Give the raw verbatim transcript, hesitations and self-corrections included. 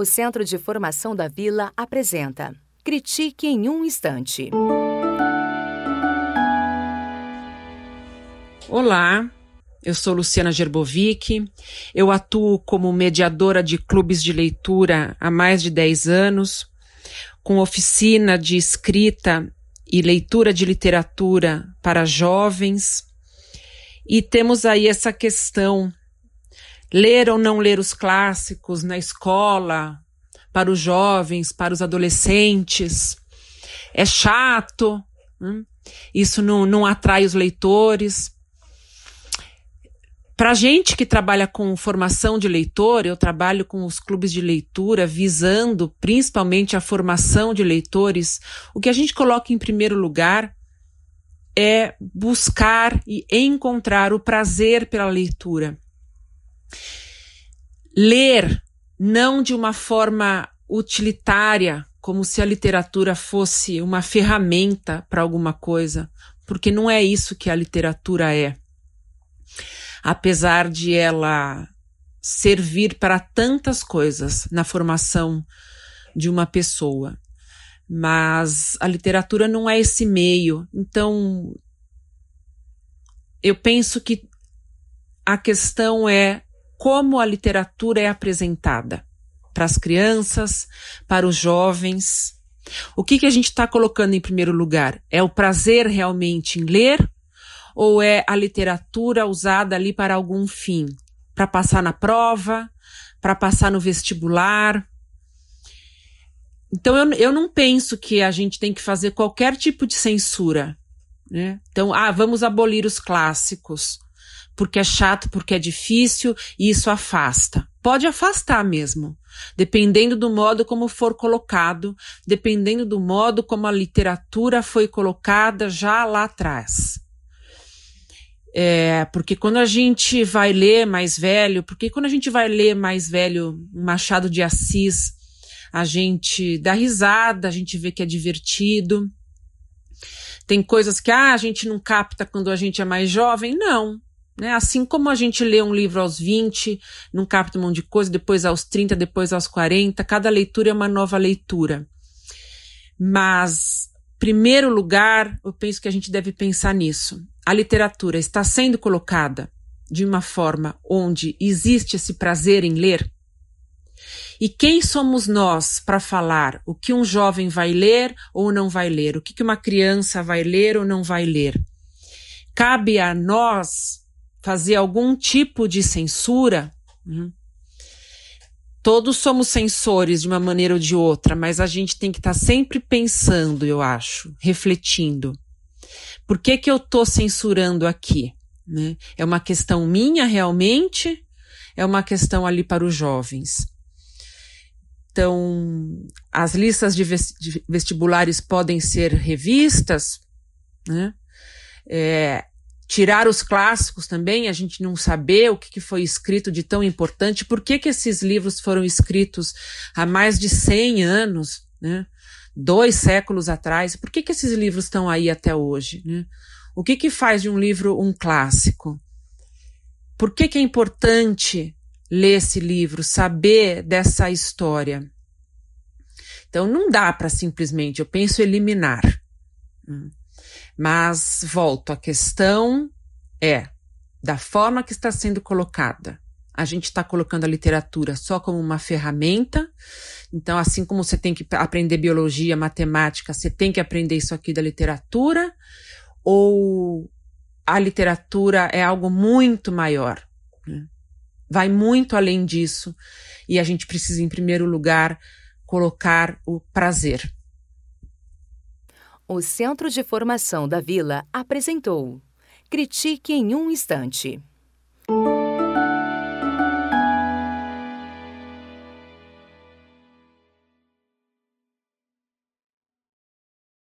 O Centro de Formação da Vila apresenta Critique em um Instante. Olá, eu sou Luciana Gerbovic, eu atuo como mediadora de clubes de leitura há mais de dez anos, com oficina de escrita e leitura de literatura para jovens, e temos aí essa questão: ler ou não ler os clássicos na escola, para os jovens, para os adolescentes, é chato, hum? Isso não, não atrai os leitores. Para a gente que trabalha com formação de leitor, eu trabalho com os clubes de leitura, visando principalmente a formação de leitores. O que a gente coloca em primeiro lugar é buscar e encontrar o prazer pela leitura. Ler não de uma forma utilitária, como se a literatura fosse uma ferramenta para alguma coisa, porque não é isso que a literatura é. Apesar de ela servir para tantas coisas na formação de uma pessoa. Mas a literatura não é esse meio. Então, eu penso que a questão é como a literatura é apresentada para as crianças, para os jovens. O que, que a gente está colocando em primeiro lugar? É o prazer realmente em ler? Ou é a literatura usada ali para algum fim? Para passar na prova? Para passar no vestibular? Então, eu, eu não penso que a gente tem que fazer qualquer tipo de censura, né? Então, ah, vamos abolir os clássicos, porque é chato, porque é difícil, e isso afasta. Pode afastar mesmo, dependendo do modo como for colocado, dependendo do modo como a literatura foi colocada já lá atrás. É, porque quando a gente vai ler mais velho, porque quando a gente vai ler mais velho Machado de Assis, a gente dá risada, a gente vê que é divertido. Tem coisas que ah, a gente não capta quando a gente é mais jovem, não. Né? Assim como a gente lê um livro aos vinte, não capta um monte de coisa, depois aos trinta, depois aos quarenta, cada leitura é uma nova leitura. Mas, em primeiro lugar, eu penso que a gente deve pensar nisso. A literatura está sendo colocada de uma forma onde existe esse prazer em ler? E quem somos nós para falar o que um jovem vai ler ou não vai ler? O que uma criança vai ler ou não vai ler? Cabe a nós fazer algum tipo de censura? Uhum. Todos somos censores de uma maneira ou de outra, mas a gente tem que estar sempre pensando, eu acho, refletindo. Por que que eu estou censurando aqui? Né? É uma questão minha realmente? É uma questão ali para os jovens? Então, as listas de vestibulares podem ser revistas, né? É, tirar os clássicos também, a gente não saber o que, que foi escrito de tão importante, por que que esses livros foram escritos há mais de cem anos, né? Dois séculos atrás, por que que esses livros estão aí até hoje? Né? O que que faz de um livro um clássico? Por que que é importante ler esse livro, saber dessa história? Então não dá para simplesmente, eu penso, eliminar. Mas, volto, a questão é da forma que está sendo colocada. A gente está colocando a literatura só como uma ferramenta. Então, assim como você tem que aprender biologia, matemática, você tem que aprender isso aqui da literatura, ou a literatura é algo muito maior, né? Vai muito além disso, e a gente precisa, em primeiro lugar, colocar o prazer. O Centro de Formação da Vila apresentou Critique em um Instante.